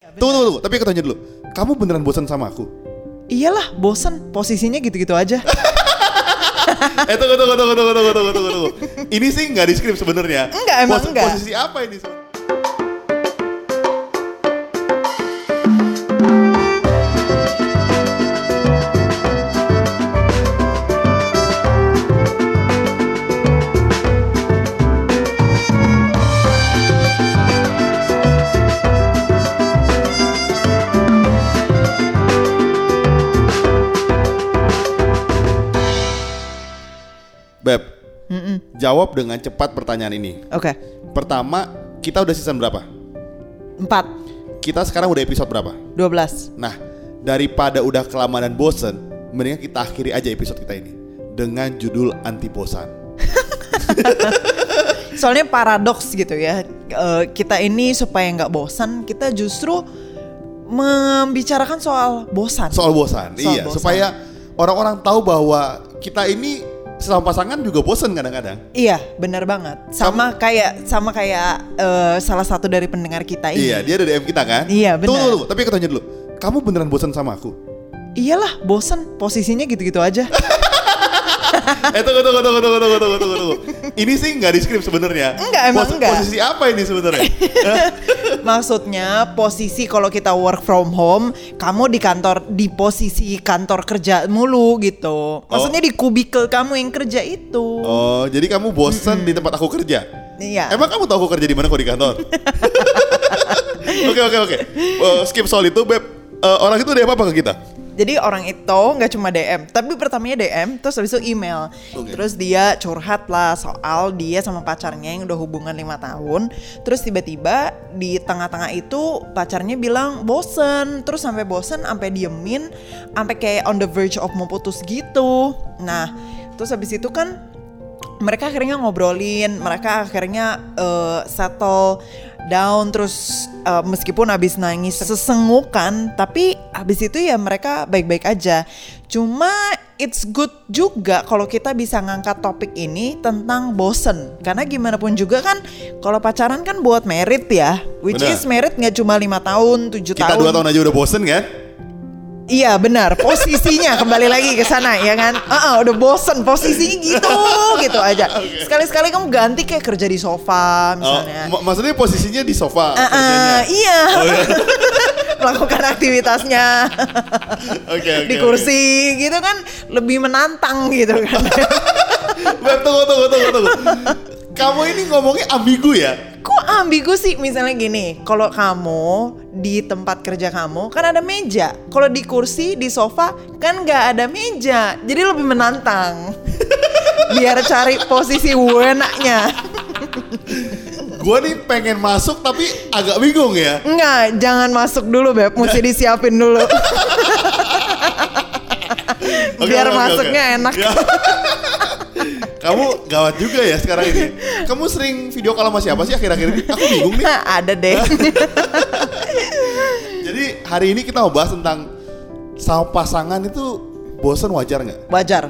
Tunggu. Tapi aku tanya dulu. Kamu beneran bosan sama aku? Iyalah, bosan. Posisinya gitu-gitu aja. Tunggu. Ini sih nggak di skrip sebenarnya. Enggak, emang enggak. Posisi apa ini? Beb, jawab dengan cepat pertanyaan ini. Oke. Pertama, kita udah season berapa? 4. Kita sekarang udah episode berapa? 12. Nah, daripada udah kelamaan dan bosen, mendingan kita akhiri aja episode kita ini dengan judul anti bosan. Soalnya paradoks gitu ya. Kita ini supaya nggak bosan, kita justru membicarakan soal bosan. Iya, bosan. supaya orang-orang tahu bahwa kita ini selama pasangan juga bosan kadang-kadang. Iya, benar banget. Sama kayak salah satu dari pendengar kita ini. Iya, dia ada DM kita kan? Iya, benar. Tunggu. Tapi aku tanya dulu. Kamu beneran bosan sama aku? Iyalah, bosan. Posisinya gitu-gitu aja. Tunggu. Ini sih nggak di skrip sebenarnya. Enggak, emang enggak. Posisi apa ini sebenarnya? Maksudnya posisi kalau kita work from home, kamu di posisi kantor kerja mulu gitu. Maksudnya di kubikel kamu yang kerja itu. Oh, jadi kamu bosan di tempat aku kerja? Iya. Emang kamu tahu aku kerja di mana kok di kantor? Oke. Skip soal itu, Beb. Orang itu DM apa ke kita? Jadi orang itu gak cuma DM, tapi pertamanya DM, terus habis itu email. Okay. Terus dia curhat lah soal dia sama pacarnya yang udah hubungan 5 tahun. Terus tiba-tiba di tengah-tengah itu pacarnya bilang bosen. Terus sampai bosen, sampai diemin, sampai kayak on the verge of mau putus gitu. Nah, terus habis itu kan mereka akhirnya ngobrolin, mereka akhirnya settle down, terus meskipun abis nangis sesengukan, tapi abis itu ya mereka baik-baik aja. Cuma it's good juga kalau kita bisa ngangkat topik ini tentang bosen, karena gimana pun juga kan kalau pacaran kan buat merit ya, which Bener. is merit gak cuma 5 tahun, 7 Kita tahun. Kita 2 tahun aja udah bosen kan? Iya benar, posisinya kembali lagi ke sana ya kan. Udah bosen posisinya gitu aja. Okay. Sekali-sekali kamu ganti kayak kerja di sofa misalnya. Maksudnya posisinya di sofa kerjanya? Iya. Oh, iya. Melakukan aktivitasnya Okay. di kursi gitu kan lebih menantang gitu kan. Tunggu. Kamu ini ngomongnya ambigu ya? Kok ambigu sih? Misalnya gini, kalau kamu di tempat kerja kamu kan ada meja, kalau di kursi di sofa kan nggak ada meja, jadi lebih menantang. Biar cari posisi enaknya. Gue nih pengen masuk tapi agak bingung ya. Enggak, jangan masuk dulu Beb, mesti disiapin dulu. Biar masuknya enak. Ya. Kamu gawat juga ya sekarang ini. Kamu sering video call sama siapa sih akhir-akhir ini? Aku bingung nih. Ada deh. Jadi hari ini kita mau bahas tentang sama pasangan itu bosan wajar nggak? Wajar.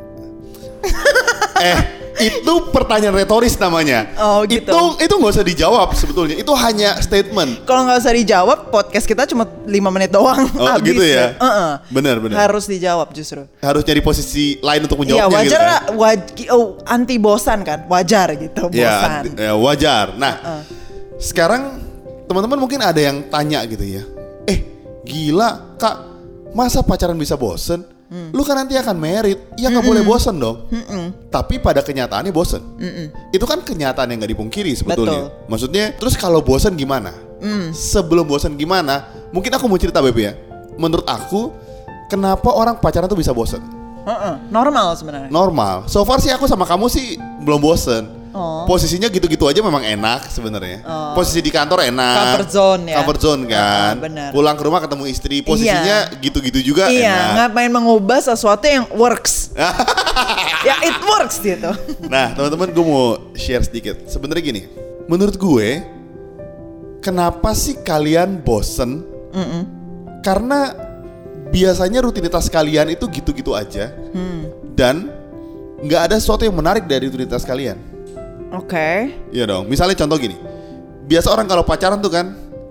Itu pertanyaan retoris namanya. Oh gitu. Itu nggak usah dijawab sebetulnya. Itu hanya statement. Kalau nggak usah dijawab, podcast kita cuma 5 menit doang. Oh habis gitu ya. Benar. Harus dijawab justru. Harus cari posisi lain untuk Iya menjawabnya wajar gitu kan? lah, anti bosan kan, wajar gitu, bosan. Ya wajar. Nah, sekarang teman-teman mungkin ada yang tanya gitu ya. Gila Kak, masa pacaran bisa bosen? Lu kan nanti akan married, ya gak boleh bosen dong. Tapi pada kenyataannya bosen. Itu kan kenyataan yang gak dipungkiri sebetulnya. Betul. Maksudnya, terus kalau bosen gimana? Sebelum bosen gimana? Mungkin aku mau cerita Beb ya. Menurut aku, kenapa orang pacaran tuh bisa bosen? Normal sebenarnya. Normal. So far sih aku sama kamu sih belum bosen. Posisinya gitu-gitu aja memang enak sebenarnya. Posisi di kantor enak. Comfort zone ya. Comfort zone kan. Benar. Pulang ke rumah ketemu istri, posisinya gitu-gitu juga enak. Iya, ngapain mengubah sesuatu yang works. Ya it works gitu. Nah, teman-teman gue mau share sedikit. Sebenarnya gini, menurut gue, kenapa sih kalian bosen? Karena biasanya rutinitas kalian itu gitu-gitu aja. Dan nggak ada sesuatu yang menarik dari rutinitas kalian. Oke. Iya dong. Misalnya contoh gini. Biasa orang kalau pacaran tuh kan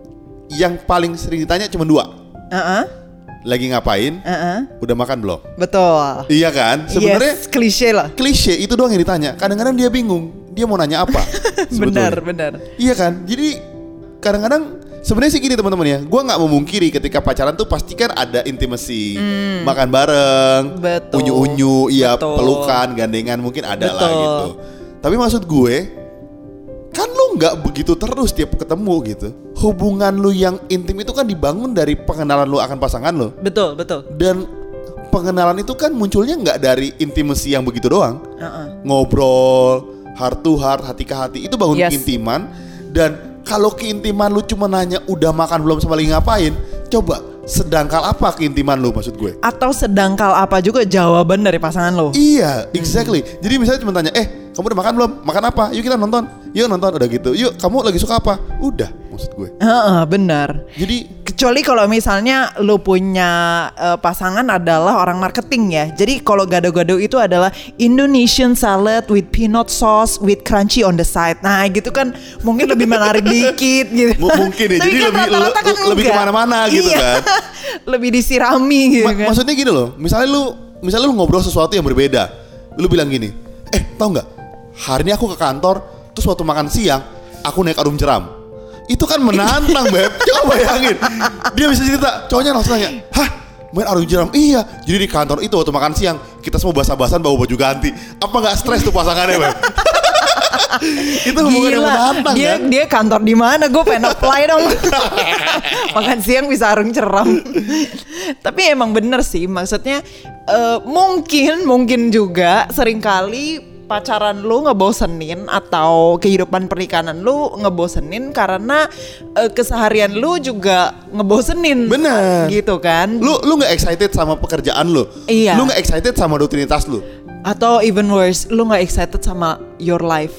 yang paling sering ditanya cuma 2. Lagi ngapain? Udah makan belum? Betul. Iya kan? Sebenarnya klise lah. Klise itu doang yang ditanya. Kadang-kadang dia bingung. Dia mau nanya apa? Benar. Iya kan? Jadi kadang-kadang sebenarnya sih gini teman-teman ya. Gue nggak memungkiri ketika pacaran tuh pasti kan ada intimacy, makan bareng, unyu-unyu, iya pelukan, gandengan mungkin ada lah gitu. Tapi maksud gue, kan lu nggak begitu terus tiap ketemu gitu. Hubungan lu yang intim itu kan dibangun dari pengenalan lu akan pasangan lu. Betul. Dan pengenalan itu kan munculnya nggak dari intimacy yang begitu doang. Ngobrol, heart to heart, hati ke hati, itu bangun keintiman. Dan kalau keintiman lu cuma nanya udah makan belum sama lagi ngapain, coba sedangkal apa keintiman lu maksud gue? Atau sedangkal apa juga jawaban dari pasangan lo? Iya, exactly. Jadi misalnya cuma tanya, kamu udah makan belum? Makan apa? Yuk kita nonton. Yuk nonton, udah gitu. Yuk, kamu lagi suka apa? Udah, maksud gue. Benar. Jadi kecuali kalau misalnya lu punya pasangan adalah orang marketing ya. Jadi kalau gado-gado itu adalah Indonesian salad with peanut sauce with crunchy on the side. Nah, gitu kan mungkin lebih menarik dikit gitu. Mungkin ya. Jadi kan lebih kemana-mana gitu kan. Lebih disirami gitu kan. Maksudnya gini loh. Misalnya lu ngobrol sesuatu yang berbeda. Lu bilang gini, tau nggak? Hari ini aku ke kantor, terus waktu makan siang aku naik arum jeram. Itu kan menantang Beb. Coba bayangin. Dia bisa cerita, cowoknya langsung nanya, hah main arum jeram? Iya. Jadi di kantor itu waktu makan siang kita semua basah-basahan bawa baju ganti. Apa gak stres tuh pasangannya Beb? Itu hubungan yang menantang kan. Dia kantor di mana? Gue pengen apply dong. Makan siang bisa arum jeram. Tapi emang bener sih. Maksudnya mungkin juga seringkali pacaran lu ngebosenin atau kehidupan pernikahan lu ngebosenin karena keseharian lu juga ngebosenin. Bener. Gitu kan. Lu gak excited sama pekerjaan lu. Iya. Lu gak excited sama rutinitas lu. Atau even worse, lu gak excited sama your life.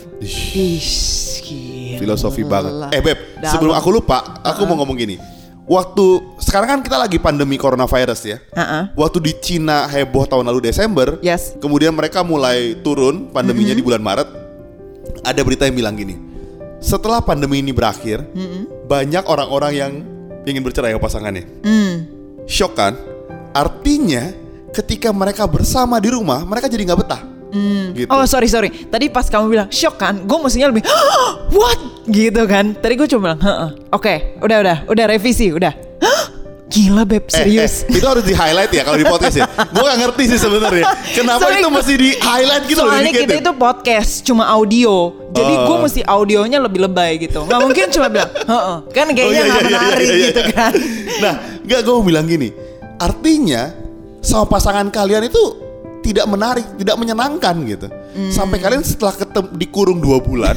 Filosofi banget. Beb, sebelum aku lupa, aku mau ngomong gini. Sekarang kan kita lagi pandemi coronavirus ya. Waktu di Cina heboh tahun lalu Desember, kemudian mereka mulai turun pandeminya di bulan Maret. Ada berita yang bilang gini, setelah pandemi ini berakhir, banyak orang-orang yang ingin bercerai sama pasangannya. Shock kan? Artinya ketika mereka bersama di rumah, mereka jadi nggak betah. Gitu. Oh sorry. Tadi pas kamu bilang shock kan, gue mestinya lebih what? Gitu kan. Tadi gue cuma bilang Oke, udah revisi, udah. Gila Beb, serius. Itu harus di highlight ya kalau di podcast ya. Gue gak ngerti sih sebenarnya. Kenapa itu mesti di highlight gitu loh. Soalnya kita itu podcast cuma audio. Jadi gue mesti audionya lebih lebay gitu. Gak mungkin cuma bilang kan kayaknya gak menarik gitu kan. Nah gue bilang gini, artinya sama pasangan kalian itu tidak menarik, tidak menyenangkan gitu. Sampai kalian setelah dikurung 2 bulan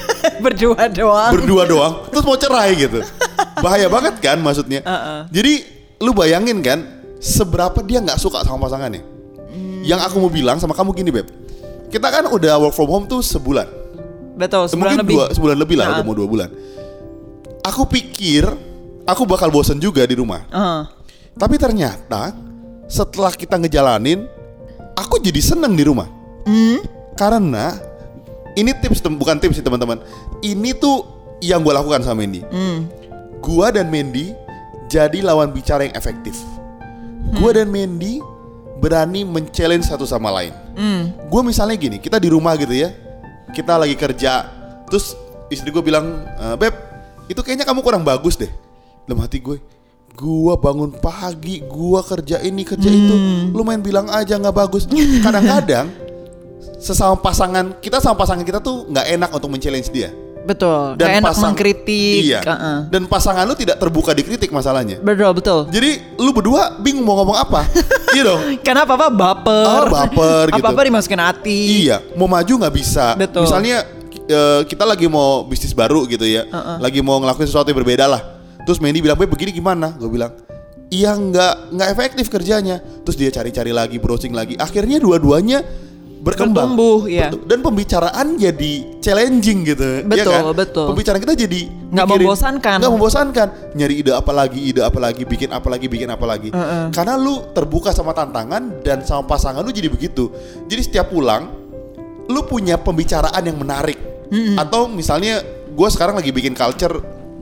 berdua doang terus mau cerai gitu. Bahaya banget kan maksudnya. Jadi lu bayangin kan seberapa dia gak suka sama pasangannya. Yang aku mau bilang sama kamu gini Beb, kita kan udah work from home tuh sebulan. Betul, sebulan lebih. Sebulan lebih lah, udah mau 2 bulan. Aku pikir aku bakal bosen juga di rumah. Tapi ternyata setelah kita ngejalanin, aku jadi seneng di rumah. Karena ini bukan tips sih teman-teman. Ini tuh yang gue lakukan sama Mandy. Gue dan Mandy jadi lawan bicara yang efektif. Gue dan Mandy berani men-challenge satu sama lain. Gue misalnya gini, kita di rumah gitu ya, kita lagi kerja, terus istri gue bilang, Beb, itu kayaknya kamu kurang bagus deh. Dalam hati gue bangun pagi, gue kerja ini kerja itu, lu main bilang aja nggak bagus. Kadang-kadang sama pasangan kita tuh nggak enak untuk men-challenge dia. Betul. Dan enak mengkritik. Iya. Dan pasangan lu tidak terbuka dikritik masalahnya. Betul. Jadi lu berdua bingung mau ngomong apa. Iya dong. Karena apa-apa baper gitu. Apa-apa dimasukin hati. Iya. Mau maju nggak bisa. Betul. Misalnya kita lagi mau bisnis baru gitu ya. Lagi mau ngelakuin sesuatu yang berbeda lah. Terus Mandy bilang, begini gimana? Gue bilang, iya nggak efektif kerjanya. Terus dia cari-cari lagi, browsing lagi. Akhirnya dua-duanya berkembang, ya. Dan pembicaraan jadi challenging gitu. Betul, ya kan? betul. Pembicaraan kita jadi nggak membosankan. Nyari ide apa lagi, bikin apa lagi. Karena lu terbuka sama tantangan dan sama pasangan lu jadi begitu. Jadi setiap pulang, lu punya pembicaraan yang menarik. Atau misalnya gue sekarang lagi bikin culture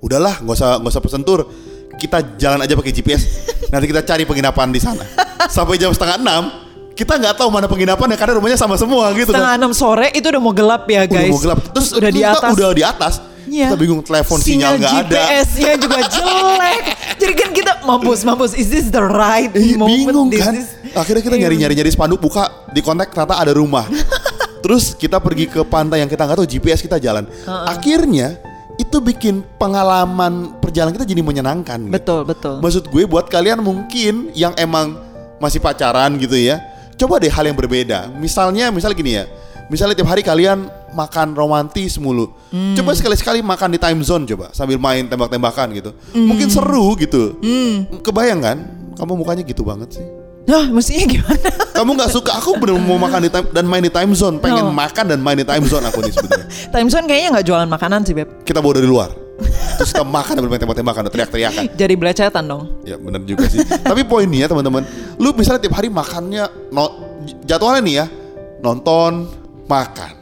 udahlah nggak usah pesen tur, kita jalan aja pakai GPS. Nanti kita cari penginapan di sana. Sampai jam 5:30 kita nggak tahu mana penginapannya karena rumahnya sama semua gitu. 5:30 sore itu udah mau gelap ya guys. Udah mau gelap. Terus udah di atas. Kita bingung, telepon sinyal nggak ada. GPS-nya juga jelek. Jadi kan kita mampus. Is this the right moment? Bingung kan. Akhirnya kita nyari spanduk, buka di kontak ternyata ada rumah. Terus kita pergi ke pantai yang kita nggak tahu, GPS kita jalan. Akhirnya itu bikin pengalaman perjalanan kita jadi menyenangkan. Betul. Maksud gue buat kalian mungkin yang emang masih pacaran gitu ya, coba deh hal yang berbeda. Misalnya gini ya. Misalnya tiap hari kalian makan romantis mulu. Coba sekali-sekali makan di time zone coba, sambil main tembak-tembakan gitu. Mungkin seru gitu. Kebayang kan? Kamu mukanya gitu banget sih. Nah, mestinya gimana? Kamu gak suka, aku bener mau makan di time dan main di time zone. Pengen makan dan main di time zone aku nih sebenarnya. Time zone kayaknya gak jualan makanan sih, Beb. Kita bawa dari luar. Terus kita makan dan main tembak-tembakan, teriak-teriakan. Jadi belecetan dong. Ya bener juga sih. Tapi poinnya teman-teman, lu misalnya tiap hari makannya jadwalnya nih ya, nonton, makan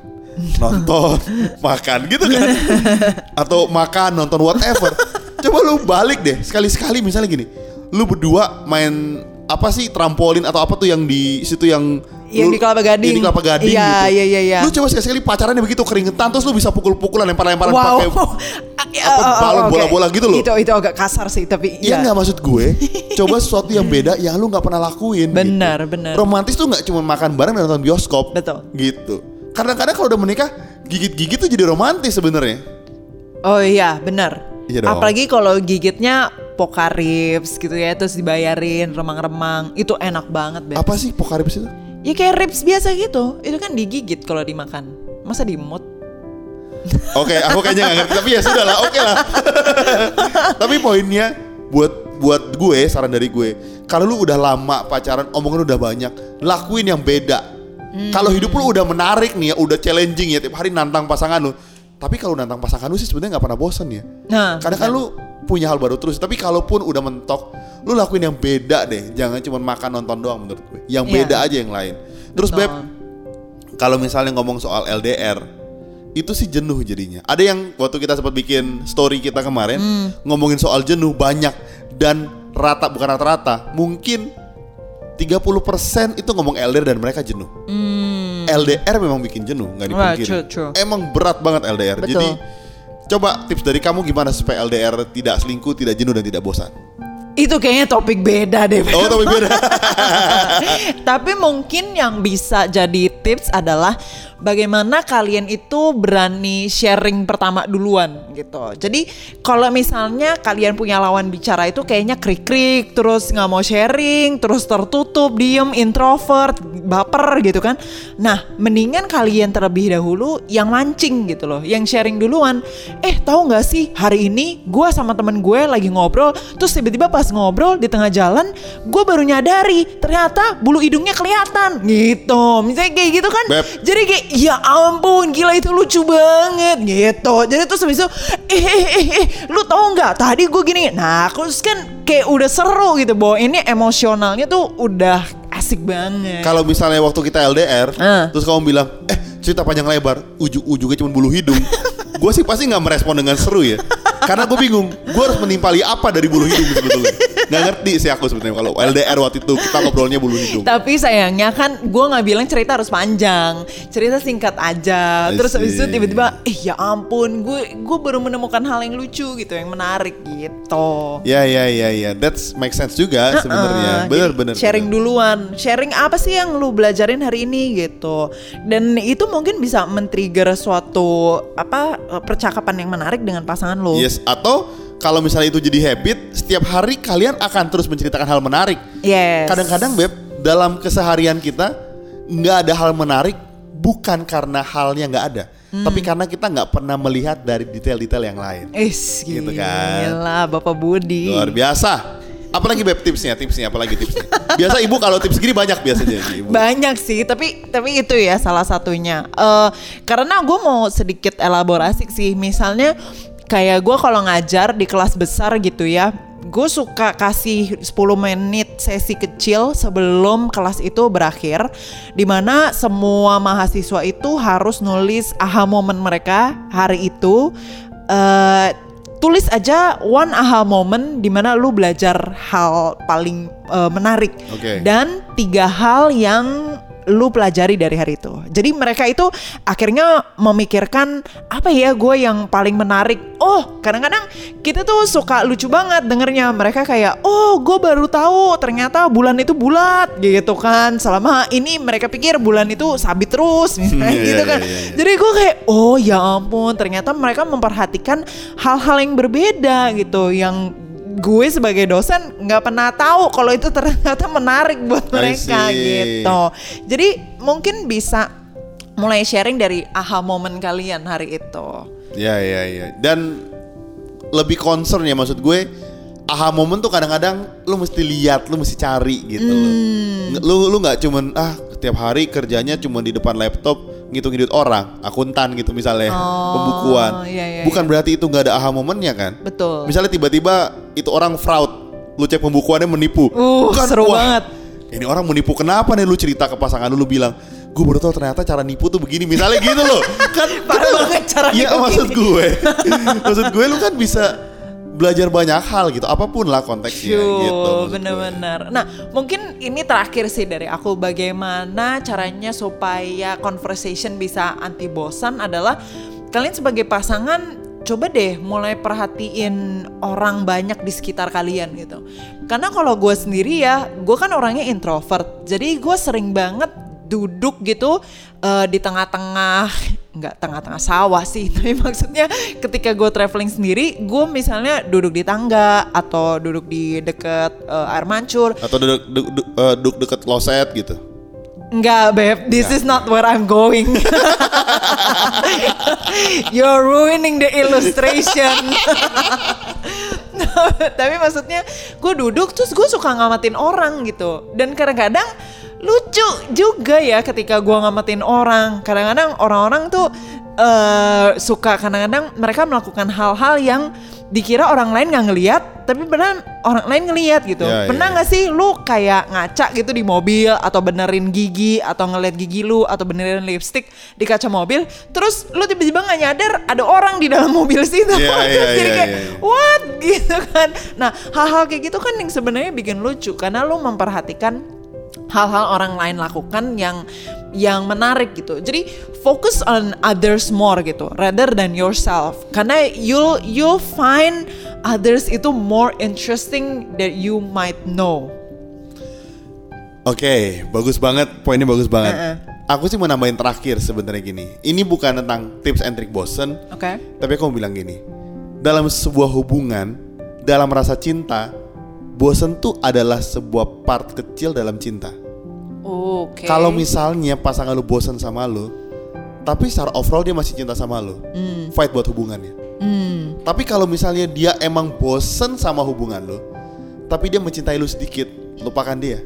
gitu kan, atau makan, nonton, whatever. Coba lu balik deh sekali-sekali, misalnya gini, lu berdua main apa sih, trampolin atau apa tuh yang di situ yang di Kelapa Gading. Di Kelapa Gading gitu. Iya. Lu coba sekali-sekali pacarannya begitu keringetan, terus lu bisa pukul-pukulan, lempar-lemparan pakai balon bola-bola gitu loh. Itu agak kasar sih, tapi iya nggak, maksud gue coba sesuatu yang beda yang lu nggak pernah lakuin. Benar. Romantis tuh nggak cuma makan bareng dan nonton bioskop. Betul. Gitu. Kadang-kadang kalau udah menikah, gigit-gigit tuh jadi romantis sebenarnya. Oh iya, benar. Iya dong. Apalagi kalau gigitnya Pokaribs gitu ya, terus dibayarin remang-remang, itu enak banget, Beb. Apa sih Pokaribs itu? Ya kayak ribs biasa gitu. Itu kan digigit kalau dimakan. Masa dimut? Oke, aku kayaknya gak ngerti. Tapi ya sudahlah, oke lah. Tapi poinnya buat gue, saran dari gue, kalau lu udah lama pacaran, omongan udah banyak, lakuin yang beda. Kalau hidup lu udah menarik nih ya, udah challenging ya, tiap hari nantang pasangan lu. Tapi kalau nantang pasangan lu sih sebenarnya gak pernah bosan ya. Karena kan lu punya hal baru terus. Tapi kalaupun udah mentok, lu lakuin yang beda deh. Jangan cuma makan nonton doang menurut gue. Yang beda aja yang lain. Terus Beb, kalau misalnya ngomong soal LDR, itu sih jenuh jadinya. Ada yang waktu kita sempat bikin story kita kemarin, ngomongin soal jenuh banyak. Dan bukan rata-rata, mungkin 30% itu ngomong LDR dan mereka jenuh. LDR memang bikin jenuh, gak dipungkiri. True. Emang berat banget LDR. Betul. Jadi coba tips dari kamu gimana supaya LDR tidak selingkuh, tidak jenuh dan tidak bosan. Itu kayaknya topik beda deh. Oh, topik beda. Tapi mungkin yang bisa jadi tips adalah bagaimana kalian itu berani sharing pertama duluan gitu. Jadi kalau misalnya kalian punya lawan bicara itu kayaknya krik-krik, terus gak mau sharing, terus tertutup, diem, introvert, baper gitu kan. Nah, mendingan kalian terlebih dahulu yang mancing gitu loh, yang sharing duluan. Tahu gak sih hari ini gue sama temen gue lagi ngobrol, terus tiba-tiba pas ngobrol di tengah jalan gue baru nyadari ternyata bulu hidungnya kelihatan gitu. Misalnya kayak gitu kan. Beb. Jadi kayak ya ampun gila itu lucu banget gitu. Jadi terus habis itu lu tahu nggak tadi gue gini. Nah aku kan kayak udah seru gitu bahwa ini emosionalnya tuh udah asik banget. Kalau misalnya waktu kita LDR terus kamu bilang cerita panjang lebar ujung-ujungnya cuma bulu hidung, gue sih pasti nggak merespon dengan seru ya. Karena gue bingung, gue harus menimpali apa dari bulu hidung sebetulnya. Gak ngerti sih aku sebetulnya kalau LDR waktu itu kita ngobrolnya bulu hidung. Tapi sayangnya kan gue gak bilang cerita harus panjang, cerita singkat aja. Terus habis itu tiba-tiba ya ampun gue baru menemukan hal yang lucu gitu, yang menarik gitu. Ya, that makes sense juga sebenarnya. Bener. Sharing duluan, sharing apa sih yang lu belajarin hari ini gitu. Dan itu mungkin bisa men-trigger suatu percakapan yang menarik dengan pasangan lu. Yes, atau kalau misalnya itu jadi habit, setiap hari kalian akan terus menceritakan hal menarik. Yes. Kadang-kadang Beb, dalam keseharian kita nggak ada hal menarik bukan karena halnya nggak ada, tapi karena kita nggak pernah melihat dari detail-detail yang lain. Gitu kan. Gila, Bapak Budi. Luar biasa. Apalagi Beb tipsnya apalagi tipsnya. Biasa ibu kalau tips gini banyak biasanya ibu. Banyak sih, tapi itu ya salah satunya. Karena gue mau sedikit elaborasi sih, misalnya kayak gue kalau ngajar di kelas besar gitu ya, gue suka kasih 10 menit sesi kecil sebelum kelas itu berakhir, dimana semua mahasiswa itu harus nulis aha moment mereka hari itu. tulis aja one aha moment di mana lu belajar hal paling menarik. Dan 3 hal yang lu pelajari dari hari itu. Jadi mereka itu akhirnya memikirkan apa ya gue yang paling menarik. Oh, kadang-kadang kita tuh suka lucu banget dengernya. Mereka kayak, oh gue baru tahu ternyata bulan itu bulat gitu kan. Selama ini mereka pikir bulan itu sabit terus misalnya gitu kan. Jadi gue kayak, oh ya ampun, ternyata mereka memperhatikan hal-hal yang berbeda gitu, yang gue sebagai dosen nggak pernah tahu kalau itu ternyata menarik buat mereka gitu. Jadi mungkin bisa mulai sharing dari aha moment kalian hari itu. Ya. Dan lebih concern ya, maksud gue aha moment tuh kadang-kadang lu mesti lihat, lu mesti cari gitu loh. Lu nggak cuman setiap hari kerjanya cuma di depan laptop ngitung-ngitung orang, akuntan gitu misalnya, pembukuan. Bukan berarti itu nggak ada aha momennya kan? Betul. Misalnya tiba-tiba itu orang fraud, lu cek pembukuannya menipu. Kan, seru banget. Ini orang menipu kenapa nih? Lu cerita ke pasangan lu bilang, gue baru tahu ternyata cara nipu tuh begini, misalnya gitu loh. Kan parah banget cara nipu. Iya maksud gue lu kan bisa belajar banyak hal gitu, apapun lah konteksnya gitu. Bener-bener. Nah, mungkin ini terakhir sih dari aku, bagaimana caranya supaya conversation bisa anti bosan adalah kalian sebagai pasangan coba deh mulai perhatiin orang banyak di sekitar kalian gitu. Karena kalau gue sendiri ya, gue kan orangnya introvert, jadi gue sering banget duduk gitu di nggak tengah-tengah sawah sih, tapi maksudnya ketika gue traveling sendiri, gue misalnya duduk di tangga atau duduk di deket air mancur atau duduk deket kloset gitu. Enggak, Beb, this is not where I'm going. You're ruining the illustration. Tapi maksudnya gue duduk terus gue suka ngamatin orang gitu. Dan kadang-kadang lucu juga ya ketika gue ngamatin orang. Kadang-kadang orang-orang tuh suka, kadang-kadang mereka melakukan hal-hal yang dikira orang lain gak ngelihat, tapi beneran orang lain ngelihat gitu. Pernah gak sih lu kayak ngaca gitu di mobil, atau benerin gigi, atau ngeliat gigi lu, atau benerin lipstick di kaca mobil, terus lu tiba-tiba gak nyadar ada orang di dalam mobil situ. Jadi kayak what gitu kan. Nah, hal-hal kayak gitu kan yang sebenarnya bikin lucu, karena lu memperhatikan hal-hal orang lain lakukan yang menarik gitu. Jadi focus on others more gitu, rather than yourself. Karena you'll find others itu more interesting that you might know. Oke, bagus banget, poinnya bagus banget. Aku sih mau nambahin terakhir sebenarnya gini. Ini bukan tentang tips and trick bosen. Tapi aku mau bilang gini. Dalam sebuah hubungan, dalam rasa cinta, bosen tuh adalah sebuah part kecil dalam cinta. Kalau misalnya pasangan lu bosen sama lu, tapi secara overall dia masih cinta sama lu, fight buat hubungannya. Tapi kalau misalnya dia emang bosen sama hubungan lu, tapi dia mencintai lu sedikit, lupakan dia.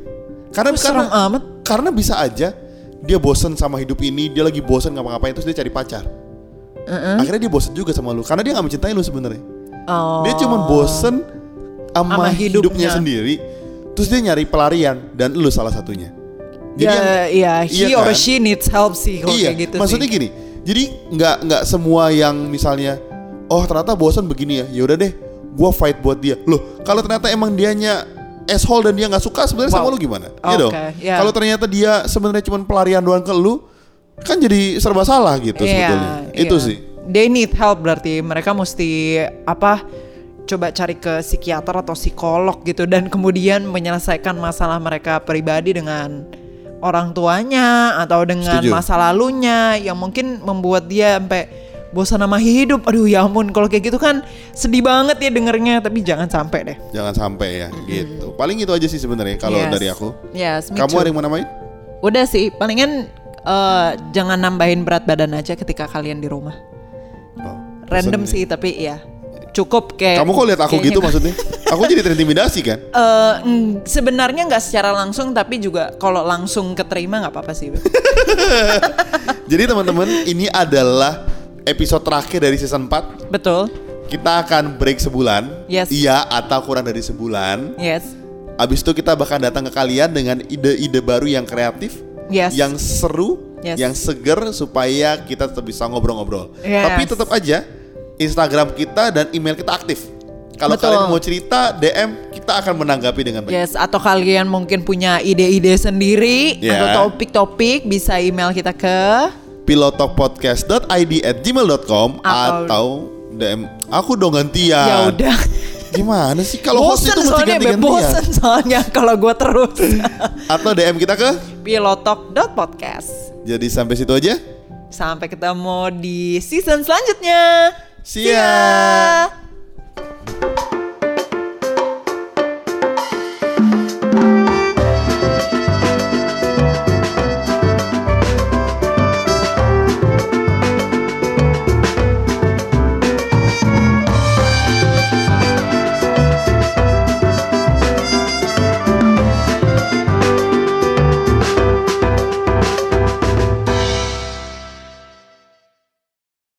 Karena bisa aja dia bosen sama hidup ini, dia lagi bosen ngapa-ngapain, terus dia cari pacar. Akhirnya dia bosen juga sama lu, karena dia gak mencintai lu sebenarnya. Dia cuma bosen sama hidupnya sendiri, terus dia nyari pelarian, dan lu salah satunya. Jadi he or she needs help sih kalau kayak gitu. Maksudnya sih. gini, jadi nggak semua yang misalnya, oh ternyata bosan begini ya udah deh, gue fight buat dia. Loh, kalau ternyata emang dianya asshole dan dia nggak suka sebenarnya sama lu gimana? Dong. Kalau ternyata dia sebenarnya cuma pelarian doang ke lu, kan jadi serba salah gitu sebetulnya. Itu sih. They need help, berarti mereka mesti coba cari ke psikiater atau psikolog gitu, dan kemudian menyelesaikan masalah mereka pribadi dengan orang tuanya atau dengan masa lalunya yang mungkin membuat dia sampai bosan sama hidup. Aduh ya ampun, kalau kayak gitu kan sedih banget ya dengernya, tapi jangan sampai deh. Jangan sampai ya gitu. Paling itu aja sih sebenarnya kalau dari aku. Kamu ada yang mau nambahin? Udah sih, palingan jangan nambahin berat badan aja ketika kalian di rumah. Random sih, tapi ya cukup kayak. Kamu kok lihat aku gitu maksudnya? Aku jadi terintimidasi kan? Sebenarnya nggak secara langsung, tapi juga kalau langsung keterima nggak apa-apa sih. Jadi teman-teman, ini adalah episode terakhir dari season 4. Betul. Kita akan break sebulan. Iya, atau kurang dari sebulan. Abis itu kita bakal datang ke kalian dengan ide-ide baru yang kreatif, yang seru, yang seger, supaya kita tetap bisa ngobrol-ngobrol. Tapi tetap aja Instagram kita dan email kita aktif. Kalau Betul. kalian mau cerita, DM, kita akan menanggapi dengan baik. Yes, atau kalian mungkin punya ide-ide sendiri Yeah. atau topik-topik, bisa email kita ke pilotokpodcast.id@gmail.com atau DM aku dong gantian. ya udah. Gimana sih kalau host itu Bosen mesti soalnya, ganti-gantian? bosen soalnya kalau gue terus. Atau DM kita ke? pilotok.podcast. Jadi sampai situ aja. Sampai ketemu di season selanjutnya. See ya.